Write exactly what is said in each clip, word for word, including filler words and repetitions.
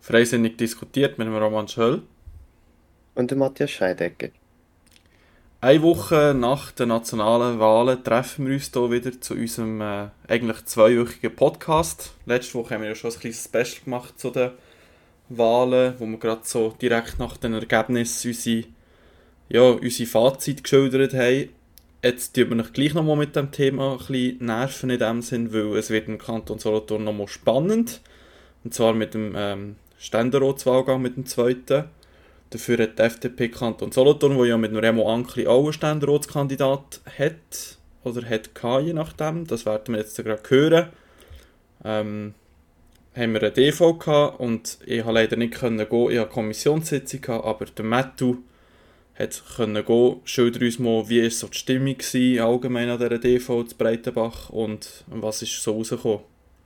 Freisinnig diskutiert mit dem Roman Schöll. Und der Matthias Scheidegger. Eine Woche nach den nationalen Wahlen treffen wir uns hier wieder zu unserem äh, eigentlich zweiwöchigen Podcast. Letzte Woche haben wir ja schon ein kleines Special gemacht zu den Wahlen, wo wir gerade so direkt nach den Ergebnissen unsere, ja, unsere Fazit geschildert haben. Jetzt tun wir uns gleich nochmal mit dem Thema ein bisschen nerven in dem Sinn, weil es wird im Kanton Solothurn nochmal spannend. Und zwar mit dem ähm, Ständeratswahlgang, mit dem zweiten. Dafür hat die F D P Kanton Solothurn, wo ja mit dem Remo Ankli auch einen Ständeratskandidat hat, oder hat gehabt, je nachdem, das werden wir jetzt gerade hören, ähm, haben wir eine D V gehabt und ich konnte leider nicht gehen, ich hatte eine Kommissionssitzung gehabt, aber der Mattu hat können gehen. Schilder uns mal, wie war so die Stimmung gewesen, allgemein an dieser D V zu Breitenbach und was ist so rausgekommen?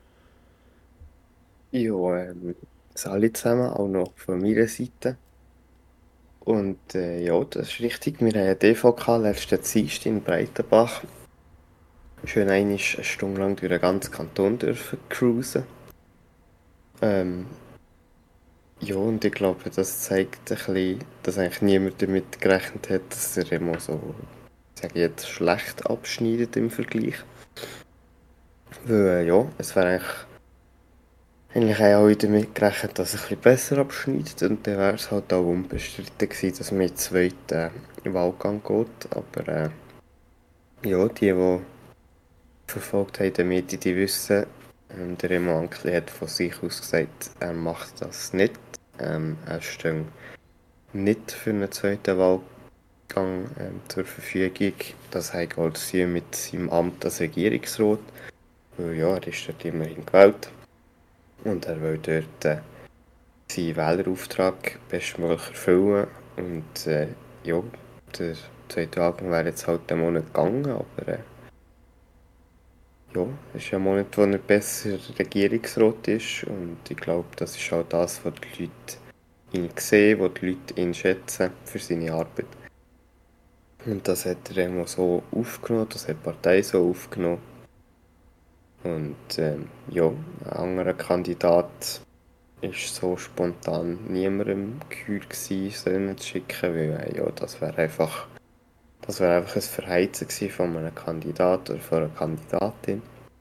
Ja, ähm, alle zusammen, auch noch von meiner Seite. Und äh, ja, das ist richtig. Wir haben eine D V gehabt, letzten Dienstag in Breitenbach. Schön einmal eine Stunde lang durch den ganzen Kanton dürfen cruisen. Ähm, ja, und ich glaube, das zeigt ein bisschen, dass eigentlich niemand damit gerechnet hat, dass er immer so, ich sage jetzt, schlecht abschneidet im Vergleich. Weil, äh, ja, es wäre eigentlich Eigentlich haben alle damit gerechnet, dass es ein bisschen besser abschneidet und dann wäre es halt auch unbestritten gewesen, dass man in den zweiten äh, Wahlgang geht. Aber äh, ja, die, die verfolgt haben in den Medien, die wissen, ähm, der Remo Ankli hat von sich aus gesagt, er macht das nicht. Ähm, er steht nicht für einen zweiten Wahlgang ähm, zur Verfügung. Das hat auch zu tun mit seinem Amt als Regierungsrat. Weil ja, er ist dort immerhin gewählt. Und er will dort äh, seinen Wählerauftrag bestmöglich erfüllen. Und äh, ja, der zweite Wahlgang wäre jetzt halt einen Monat gegangen, aber äh, ja, es ist ein Monat, wo er besser Regierungsrat ist. Und ich glaube, das ist auch das, was die Leute ihn sehen, was die Leute ihn schätzen für seine Arbeit. Und das hat er immer so aufgenommen, das hat die Partei so aufgenommen. Und ähm, ja, ein anderer Kandidat ist so spontan niemandem geheuer gewesen, so zu schicken, weil äh, ja, das wäre einfach, das wäre einfach ein Verheizen gewesen von einem Kandidat oder von einer Kandidatin.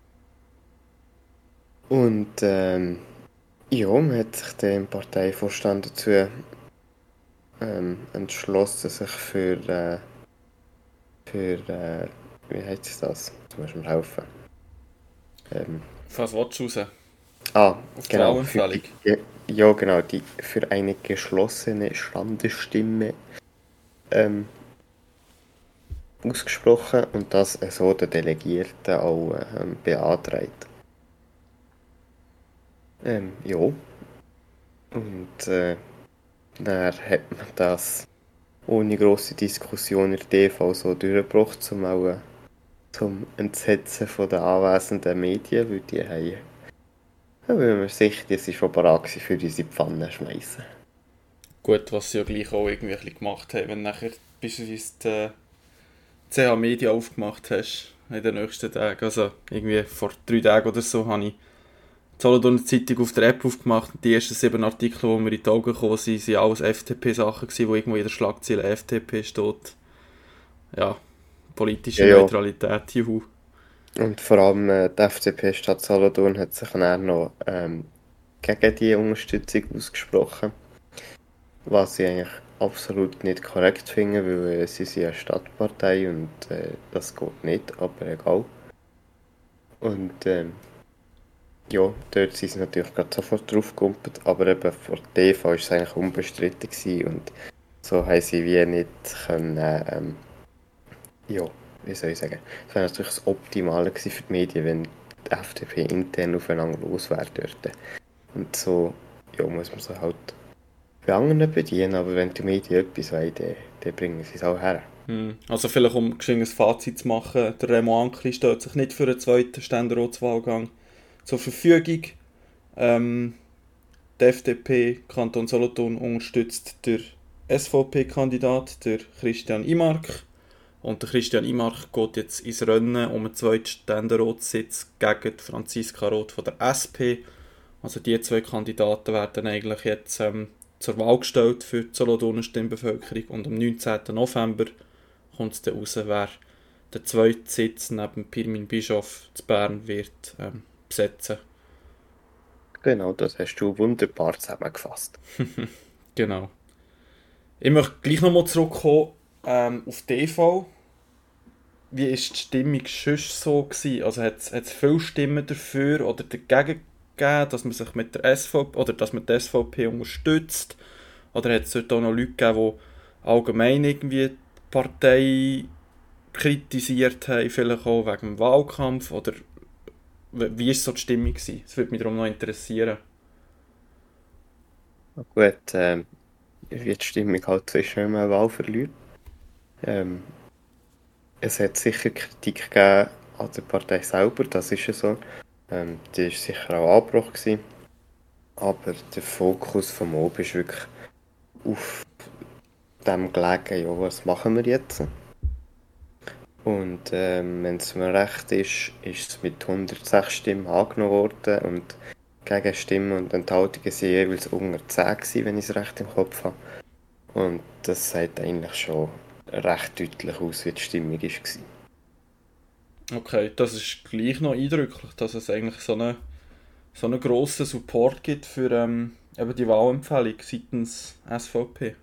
Und ähm, ja, man hat sich dann im Parteivorstand dazu ähm, entschlossen, sich für, äh, für äh, wie heißt das? Du musst mir helfen. Ähm, Was willst du raus? ah, Auf die genau, für Wahlempfehlung? die, ge- ja genau, die für eine geschlossene Standesstimme ähm, ausgesprochen und das so der Delegierten auch ähm, beantragt. Ähm, ja, und äh, dann hat man das ohne grosse Diskussion in der D V so durchgebracht, zum auch äh, zum Entsetzen von den anwesenden Medien, weil die haben, ja, weil man sicher, die sind schon bereit gewesen, für unsere Pfannen schmeißen. Gut, was sie ja gleich auch irgendwie ein bisschen gemacht haben, wenn du nachher beispielsweise die C H Media aufgemacht hast in den nächsten Tagen. Also irgendwie vor drei Tagen oder so habe ich die Solothurner Zeitung auf der App aufgemacht und die ersten sieben Artikel, die mir in die Augen gekommen sind, waren alles F D P-Sachen gewesen, wo irgendwo in der Schlagzeile F D P steht. Ja, politische Ja, ja. Neutralität, juhu. Und vor allem äh, die F D P Stadt Solothurn hat sich dann auch noch ähm, gegen die Unterstützung ausgesprochen. Was ich eigentlich absolut nicht korrekt finde, weil äh, sie sind eine Stadtpartei und äh, das geht nicht, aber egal. Und ähm, ja, dort sind sie natürlich gerade sofort drauf gegumpelt, aber eben vor der D V war es eigentlich unbestritten gewesen und so haben sie wie nicht können, ähm, ja, wie soll ich sagen, es wäre natürlich das Optimale gewesen für die Medien, wenn die F D P intern aufeinander los wäre dort. Und so, ja, muss man sie halt bei anderen bedienen, aber wenn die Medien etwas wollen, dann, dann bringen sie es auch her. Hm. Also vielleicht um ein Fazit zu machen, der Remo Ankli steht sich nicht für einen zweiten Ständeratswahlgang zur Verfügung. Ähm, die F D P Kanton Solothurn unterstützt der S V P-Kandidat, der Christian Imark. Und der Christian Imark geht jetzt ins Rennen um einen zweiten Ständeratssitz gegen Franziska Roth von der S P, Also die zwei Kandidaten werden eigentlich jetzt ähm, zur Wahl gestellt für die Solothurner Stimmbevölkerung und am neunzehnten November kommt es dann raus, wer den zweiten Sitz neben Pirmin Bischof zu Bern wird ähm, besetzen. Genau, das hast du wunderbar zusammengefasst. Genau. Ich möchte gleich nochmal zurückkommen ähm, auf die E V. Wie war die Stimmung sonst so gewesen? Also hat es viele Stimmen dafür oder dagegen gegeben, dass man sich mit der S V P oder dass man die S V P unterstützt? Oder hat es dort auch noch Leute gegeben, die allgemein irgendwie die Partei kritisiert haben, vielleicht auch wegen dem Wahlkampf? Oder wie war so die Stimmung gewesen? Das würde mich darum noch interessieren. Na gut, ähm, wie die Stimmung halt zwischen einer Wahl verliert. Ähm, es hat sicher Kritik gegeben an der Partei selber, das ist ja so. Ähm, die war sicher auch Anbruch gewesen. Aber der Fokus vom Oben ist wirklich auf dem gelegen, ja, was machen wir jetzt? Und ähm, wenn es mir recht ist, ist es mit hundertsechs Stimmen angenommen worden und Gegenstimmen und Enthaltungen waren jeweils unter zehn gewesen, wenn ich es recht im Kopf habe. Und das sagt eigentlich schon recht deutlich aus, wie die Stimmung war. Okay, das ist gleich noch eindrücklich, dass es eigentlich so einen so einen grossen Support gibt für ähm, eben die Wahlempfehlung seitens S V P.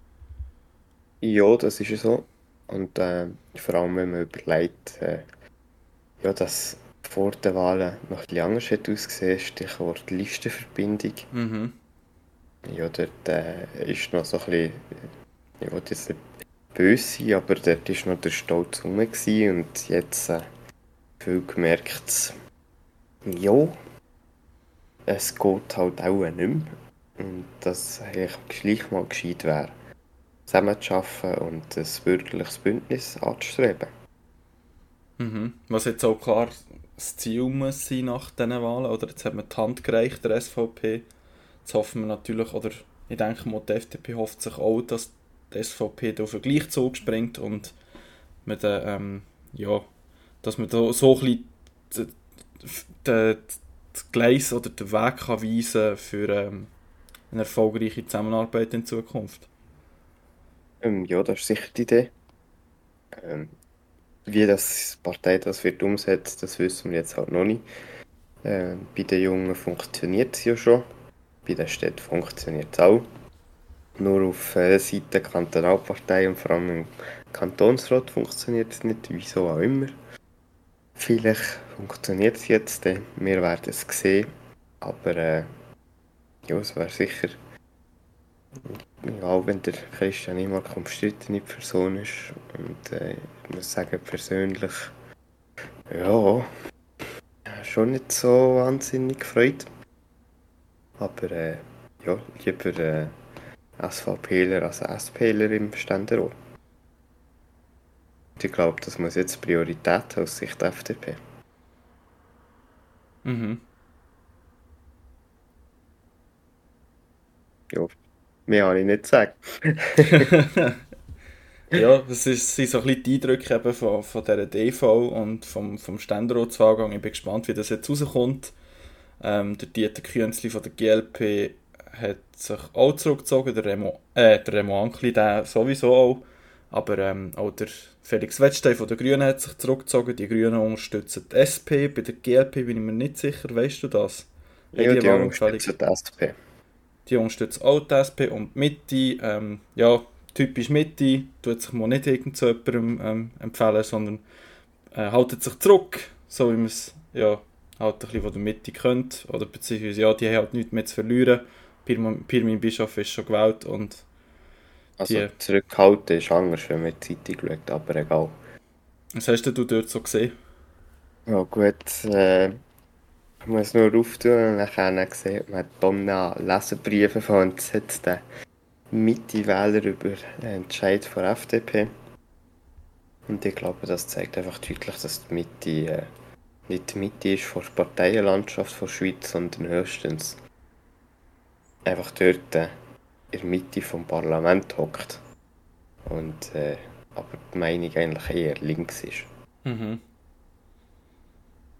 Ja, das ist ja so. Und äh, vor allem, wenn man überlegt, äh, ja, dass vor den Wahlen noch ein bisschen anders hat ausgesehen, Stichwort Listenverbindung. Mhm. Ja, dort äh, ist noch so ein bisschen, ich will jetzt nicht böse sein, aber dort war noch der Stolz rum gewesen und jetzt äh, viel gemerkt, ja, es geht halt auch nicht mehr. Und dass es gleich mal gescheit wäre, zusammenzuarbeiten und ein bürgerliches Bündnis anzustreben. Mhm. Was jetzt auch klar das Ziel muss sein nach diesen Wahlen, oder jetzt hat man die Hand gereicht, der S V P. Jetzt hoffen wir natürlich, oder ich denke mal, die F D P hofft sich auch, dass die S V P da auf den Gleichzug springt und man dann, ähm, ja, dass man da so ein bisschen das Gleis oder den Weg kann weisen für ähm, eine erfolgreiche Zusammenarbeit in Zukunft. Ähm, ja, das ist sicher die Idee. Ähm, wie das die Partei das wird umsetzen, das wissen wir jetzt halt noch nicht. Ähm, bei den Jungen funktioniert es ja schon. Bei den Städten funktioniert es auch. Nur auf äh, Seite der Kantonalpartei und vor allem im Kantonsrat funktioniert es nicht, wieso auch immer. Vielleicht funktioniert es jetzt, äh, wir werden es sehen. Aber äh, ja, es wäre sicher, ja, auch wenn der Christian Imark umstrittene Person ist. Und äh, ich muss sagen, persönlich, ja, schon nicht so wahnsinnig gefreut. Aber äh, ja, lieber äh, SVPler als SPler im Ständerat. Ich glaube, das muss jetzt Priorität haben aus Sicht der F D P. Mhm. Ja, mehr habe ich nicht zu sagen. Ja, das ist, sind so ein bisschen die Eindrücke eben von, von dieser D V und vom, vom Ständeratswahlgang. Ich bin gespannt, wie das jetzt rauskommt. Ähm, der Dieter Künzli von der G L P hat sich auch zurückgezogen, der Remo, äh, der Remo Ankli, der sowieso auch. Aber ähm, auch der Felix Wettstein von den Grünen hat sich zurückgezogen. Die Grünen unterstützen die S P. Bei der G L P bin ich mir nicht sicher. Weißt du das? Haben Ja, die die Wahlempfehlung? unterstützen die S P. Die unterstützen auch die S P und die Mitte. Ähm, ja, typisch Mitte. Tut sich mal nicht irgend so jemandem ähm, empfehlen, sondern äh, haltet sich zurück. So wie man es ja, halt ein bisschen von der Mitte kennt. Oder beziehungsweise, ja, die haben halt nichts mehr zu verlieren. Pirmin, Pirmin Bischof ist schon gewählt und Also die... zurückhalten ist anders, wenn man in die Zeitung schaut, aber egal. Was hast denn du dort so gesehen? Ja gut, äh, ich muss nur auftun und dann sieht man Donna Leserbriefe von und setzt den Mitte-Wähler über den Entscheid von der F D P. Und ich glaube, das zeigt einfach deutlich, dass die Mitte äh, nicht die Mitte ist von der Parteienlandschaft der Schweiz, sondern höchstens einfach dort äh, in der Mitte vom Parlament hockt. Und äh, aber die Meinung eigentlich eher links ist. Mhm.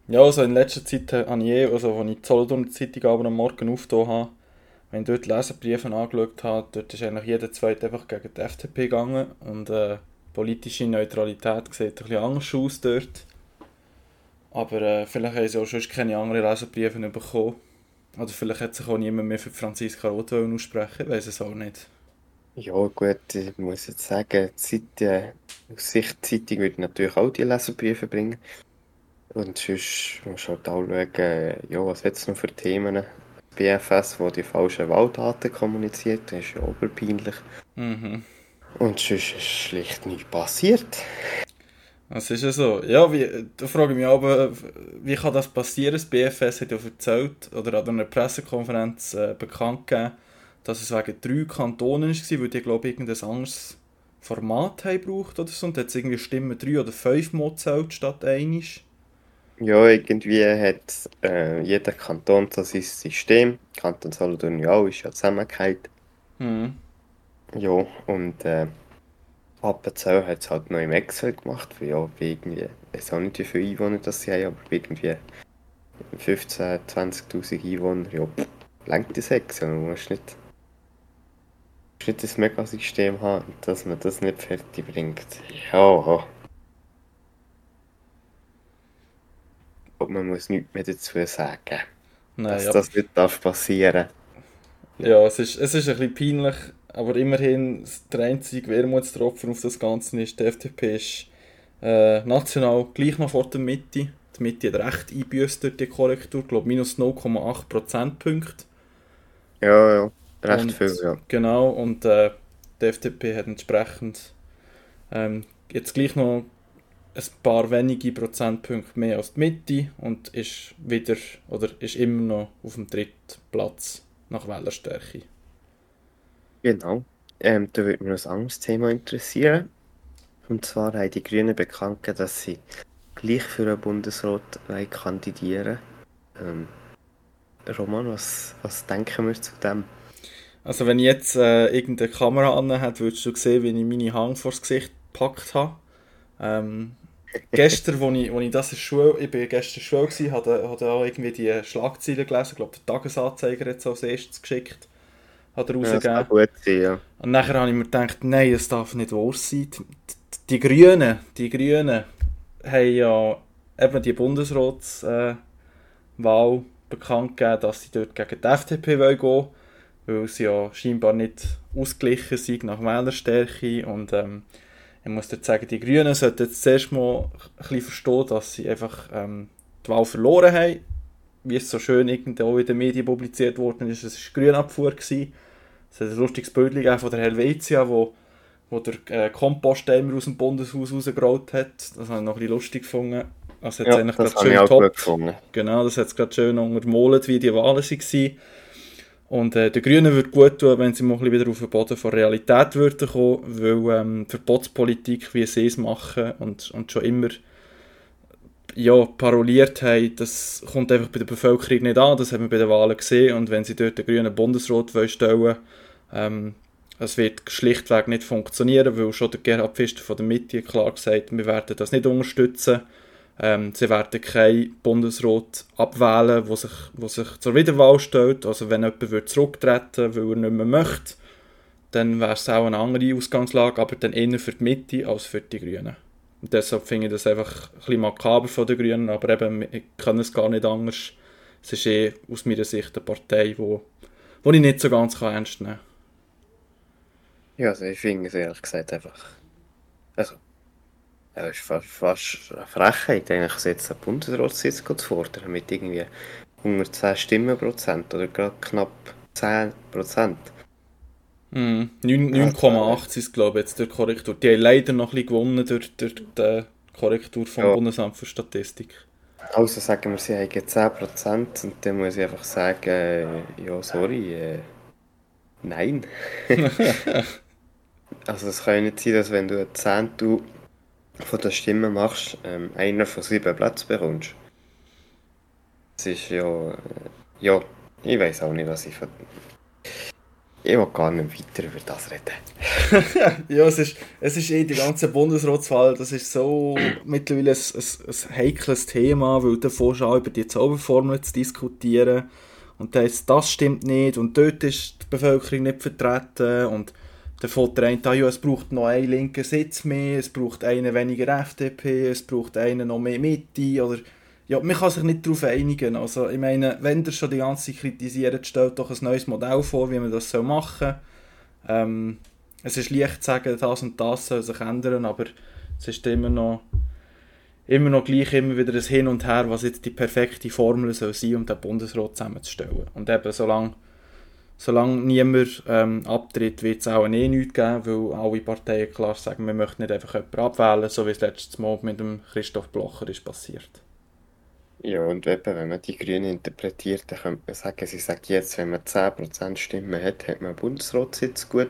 Ja, also in letzter Zeit habe ich eh, also als ich die Solothurner Zeitung aber am Morgen aufgetan habe, wenn ich dort Leserbriefe angeschaut habe, dort ist eigentlich jeder Zweite einfach gegen die F D P gegangen und äh, politische Neutralität sieht ein bisschen anders aus dort. Aber äh, vielleicht haben sie auch schon keine anderen Leserbriefe bekommen. Oder vielleicht hat sich auch niemand mehr für Franziska Roth aussprechen, ich weiß es auch nicht. Ja, gut, ich muss jetzt sagen, die Zeit, äh, aus Sicht der Zeitung würde ich natürlich auch die Leserbriefe bringen. Und sonst musst du halt auch schauen, äh, ja, was hat es noch für Themen? B F S, wo die falschen Wahldaten kommuniziert, das ist ja oberpeinlich. Mhm. Und sonst ist schlicht nichts passiert. Das ist ja so. Ja, wie, da frage ich mich aber, wie kann das passieren? Das B F S hat ja erzählt, oder an einer Pressekonferenz äh, bekannt gegeben, dass es wegen drei Kantonen war, weil die, glaube ich, irgendein anderes Format haben gebraucht oder so. Und da hat es irgendwie Stimmen drei oder fünf Mal gezählt statt einisch. Ja, irgendwie hat äh, jeder Kanton so sein System. Kanton Solothurn ja auch, ist ja zusammengehängt. Mhm. Ja, und äh, Appenzell hat es halt noch im Excel gemacht, weil ja, bei irgendwie, ich weiß auch nicht, wie viele Einwohner das sie haben, aber bei irgendwie fünfzehntausend, zwanzigtausend Einwohner, ja, pff, lenkt das Excel. Du musst nicht, musst nicht das Megasystem haben, dass man das nicht fertig bringt. Ja, aber man muss nichts mehr dazu sagen, Nein, dass aber das nicht darf passieren. Ja, ja, es ist, es ist ein bisschen peinlich, aber immerhin der einzige Wermutstropfen auf das Ganze ist, die F D P ist äh, national gleich noch vor der Mitte. Die Mitte hat recht eingebüßt durch die Korrektur, ich glaube minus null Komma acht Prozentpunkte. ja, ja, recht viel, Und ja. genau, und äh, die F D P hat entsprechend ähm, jetzt gleich noch ein paar wenige Prozentpunkte mehr als die Mitte und ist wieder oder ist immer noch auf dem dritten Platz nach Wählerstärke. Genau. Ähm, da würde mich noch ein anderes Thema interessieren. Und zwar haben die Grünen bekannt gegeben, dass sie gleich für einen Bundesrat wollen kandidieren. Ähm, Roman, was, was denken wir zu dem? Also wenn ich jetzt äh, irgendeine Kamera an hätte, würdest du sehen, wie ich meine Hand vors Gesicht gepackt habe. Ähm, gestern, als ich, als ich das in der Schule, ich bin gestern in der Schule gewesen, hatte, hatte auch irgendwie die Schlagzeilen gelesen, ich glaube der Tagesanzeiger hat es als erstes geschickt, hat er Ja, das kann rausgegeben. gut sein, ja. Und nachher habe ich mir gedacht, nein, das darf nicht wahr sein. Die, die Grünen, die Grünen haben ja eben die Bundesratswahl äh, bekannt gegeben, dass sie dort gegen die F D P gehen wollen, weil sie ja scheinbar nicht ausgeglichen sind nach Wählerstärke. Und ähm, ich muss dort sagen, die Grünen sollten jetzt zuerst mal ein bisschen verstehen, dass sie einfach ähm, die Wahl verloren haben. Wie es so schön irgendwo in den Medien publiziert worden ist, es war Grünabfuhr gewesen. Es hat ein lustiges Bild gegeben von der Helvetia, wo, wo der äh, Komposteimer aus dem Bundeshaus rausgerollt hat. Das habe ich noch ein bisschen lustig gefunden. Das hat es Ja, eigentlich das gerade habe ich schön auch gut getoppt. gefunden. Genau, das hat es gerade schön untermalt, wie die Wahlen waren. Und äh, den Grünen würde gut tun, wenn sie mal ein bisschen wieder auf den Boden von Realität würden kommen, weil ähm, Verbotspolitik, wie sie es machen und, und schon immer ja, paroliert haben, das kommt einfach bei der Bevölkerung nicht an, das haben wir bei den Wahlen gesehen. Und wenn sie dort den grünen Bundesrat stellen wollen, ähm, es wird schlichtweg nicht funktionieren, weil schon der Gerhard Pfister von der Mitte klar gesagt hat, wir werden das nicht unterstützen. Ähm, sie werden keinen Bundesrat abwählen, der sich, wo sich zur Wiederwahl stellt. Also wenn jemand würde zurücktreten will, weil er nicht mehr möchte, dann wäre es auch eine andere Ausgangslage, aber dann eher für die Mitte als für die Grünen. Und deshalb finde ich das einfach ein bisschen makaber von den Grünen, aber eben, ich kann es gar nicht anders. Es ist eh aus meiner Sicht eine Partei, die wo, wo ich nicht so ganz ernst nehmen kann. Ja, also ich finde es ehrlich gesagt einfach. Also, es ist fast, fast eine Frechheit, eigentlich jetzt einen Bundesratssitz zu fordern, mit irgendwie hundertzehn Stimmenprozent oder gerade knapp zehn Prozent. Mm, Also, äh, neun Komma acht sind es, glaube ich, jetzt durch die Korrektur. Die haben leider noch ein bisschen gewonnen durch, durch die Korrektur vom ja, Bundesamt für Statistik. also sagen wir, sie haben zehn Prozent und dann muss ich einfach sagen, äh, ja, sorry, äh, nein. Also es kann ja nicht sein, dass wenn du ein Zehntel von der Stimmen machst, ähm, einer von sieben Plätzen bekommst. Das ist ja, äh, ja, ich weiß auch nicht, was ich von... Ich will gar nicht weiter über das reden. Ja, es ist, es ist eh die ganze Bundesratswahl, das ist so mittlerweile ein, ein, ein heikles Thema, weil du fängst an, über die Zauberformel zu diskutieren und dann heisst, das stimmt nicht und dort ist die Bevölkerung nicht vertreten und dann fängt der eine an, ja, es braucht noch einen linken Sitz mehr, es braucht einen weniger F D P, es braucht einen noch mehr Mitte oder ja, man kann sich nicht darauf einigen. Also ich meine, wenn ihr schon die ganze Zeit kritisiert, stellt doch ein neues Modell vor, wie man das machen soll. Ähm, es ist leicht zu sagen, das und das soll sich ändern, aber es ist immer noch, immer noch gleich immer wieder ein Hin und Her, was jetzt die perfekte Formel soll sein, um den Bundesrat zusammenzustellen. Und eben, solange, solange niemand ähm, abtritt, wird es auch eh nichts geben, weil alle Parteien klar sagen, wir möchten nicht einfach jemanden abwählen, so wie es letztes Mal mit dem Christoph Blocher ist passiert. Ja, und eben, wenn man die Grünen interpretiert, dann könnte man sagen, sie sagt jetzt, wenn man zehn Prozent Stimmen hat, hat man einen Bundesratssitz gut.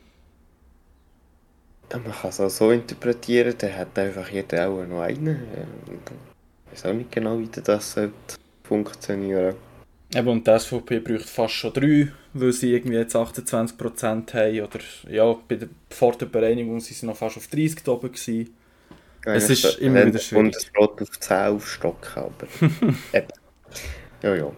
Dann man kann es auch so interpretieren, dann hat einfach jeder auch noch einen. Ich weiß auch nicht genau, wie das sollte funktionieren. Eben, und die S V P braucht fast schon drei, weil sie irgendwie jetzt achtundzwanzig Prozent haben. Oder ja, bei der, vor der Bereinigung waren sie noch fast auf dreißig oben gewesen. Es ist sollte immer dann wieder der schwierig. Bundesrat auf zehn aufstocken, aber eben. Ja, ja.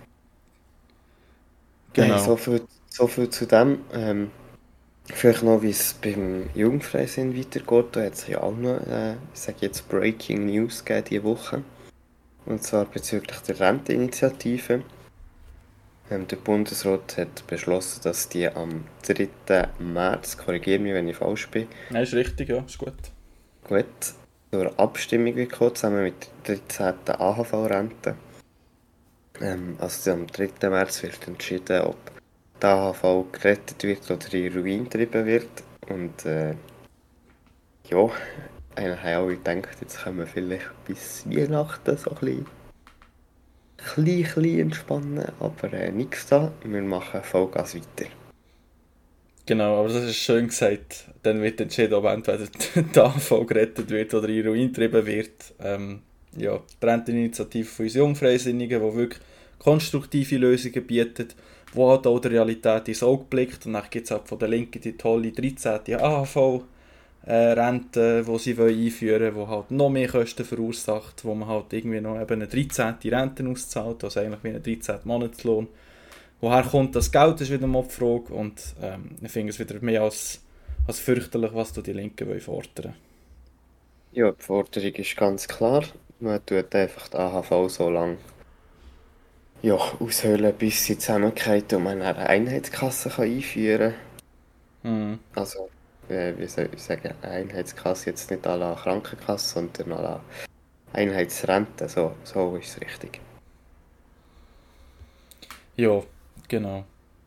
Genau. Nein, so viel, so viel zu dem. Ähm, vielleicht noch, wie es beim Jugendfreisinn weitergeht. Da hat es ja auch noch, äh, ich sage jetzt, Breaking News gegeben diese Woche. Und zwar bezüglich der Renteninitiative. Ähm, der Bundesrat hat beschlossen, dass die am dritten März, korrigiere mich, wenn ich falsch bin, Nein, ist richtig, ja, ist gut. gut, zur Abstimmung wird kommen, zusammen mit der dreizehnten A H V-Rente. Ähm, also am dritten März wird entschieden, ob die A H V gerettet wird oder in den Ruin getrieben wird. Und äh, ja, eigentlich haben alle gedacht, jetzt können wir vielleicht bis Weihnachten so ein bisschen, ein bisschen entspannen, aber äh, nichts da. Wir machen Vollgas weiter. Genau, aber das ist schön gesagt. Dann wird entschieden, ob entweder die A V gerettet wird oder in den Ruin getrieben wird. Ähm, ja, die Renteninitiative von uns Jungfreisinnigen, die wirklich konstruktive Lösungen bietet, die halt auch der Realität ins Auge blickt. Und dann gibt es halt von der Linken die tolle dreizehnte A H V-Rente, die sie einführen wollen, die halt noch mehr Kosten verursacht, wo man halt irgendwie noch eben eine dreizehnte Rente auszahlt, also eigentlich wie ein dreizehnten Monatslohn. Woher kommt das Geld, ist wieder mal die Frage. Und ähm, ich finde es wieder mehr als, als fürchterlich, was du die Linken wollen fordern. Ja, die Forderung ist ganz klar. Man tut einfach die A H V so lange ja, aushöhlen, bis sie zusammenkommt und man eine Einheitskasse kann einführen kann. Mhm. Also, äh, wie soll ich sagen, eine Einheitskasse jetzt nicht à la Krankenkasse, sondern à la Einheitsrente. So, so ist es richtig. Ja, genau.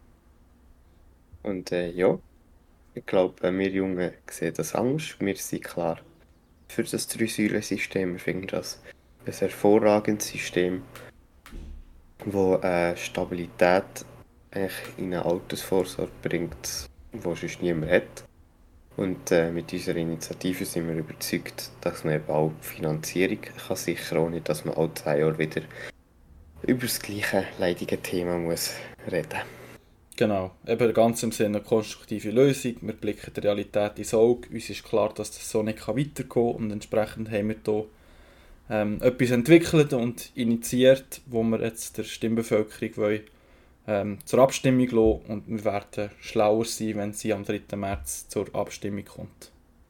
Und äh, ja, ich glaube, wir Jungen sehen das anders. Wir sind klar für das Drei-Säulen-System. Wir finden das ein hervorragendes System, wo äh, Stabilität eigentlich in eine Altersvorsorge bringt, die sonst niemand hat. Und äh, mit unserer Initiative sind wir überzeugt, dass man eben auch die Finanzierung kann sichern, ohne dass man alle zwei Jahre wieder über das gleiche leidige Thema muss reden. Genau, eben ganz im Sinne eine konstruktive Lösung. Wir blicken der Realität ins Auge. Uns ist klar, dass das so nicht weitergehen kann und entsprechend haben wir hier ähm, etwas entwickelt und initiiert, wo wir jetzt der Stimmbevölkerung wollen, ähm, zur Abstimmung lassen und wir werden schlauer sein, wenn sie am dritten März zur Abstimmung kommt.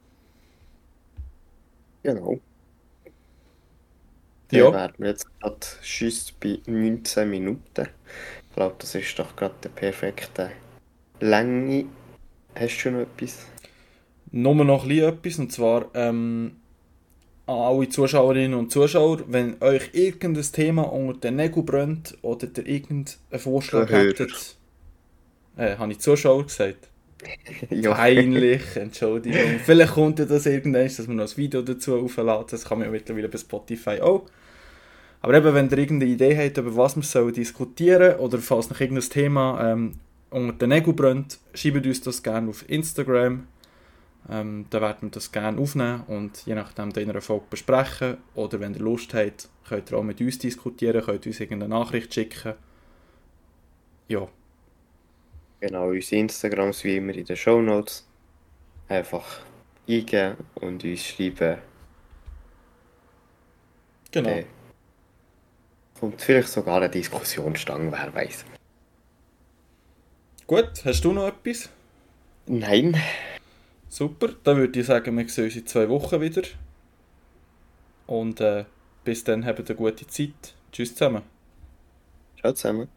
Genau. Ja. Dann wären wir jetzt gerade schüss bei neunzehn Minuten. Ich glaube, das ist doch gerade der perfekte Länge. Hast du schon noch etwas? Nur noch ein bisschen etwas, und zwar ähm, an alle Zuschauerinnen und Zuschauer, wenn euch irgendein Thema unter den Nägeln brennt oder ihr irgendeinen Vorschlag Hörer. hättet, äh, habe ich Zuschauer gesagt? Ja. Peinlich, Entschuldigung. Vielleicht kommt ja das irgendwann, dass man noch ein Video dazu aufladen. Das kann man ja mittlerweile bei Spotify auch. Aber eben, wenn ihr irgendeine Idee habt, über was wir sollen diskutieren oder falls noch irgendein Thema ähm, unter den Nägeln brennt, schreibt uns das gerne auf Instagram. Ähm, da werden wir das gerne aufnehmen und je nachdem in einer Folge besprechen. Oder wenn ihr Lust habt, könnt ihr auch mit uns diskutieren, könnt uns irgendeine Nachricht schicken. Ja. Genau, unsere Instagrams wie immer in den Shownotes. Einfach eingeben und uns schreiben. Genau. Dann kommt vielleicht sogar eine Diskussionsstange, wer weiß. Gut, hast du noch etwas? Nein, Super, dann würde ich sagen, wir sehen uns in zwei Wochen wieder. Und äh, bis dann habt eine gute Zeit. Tschüss zusammen. ciao zusammen.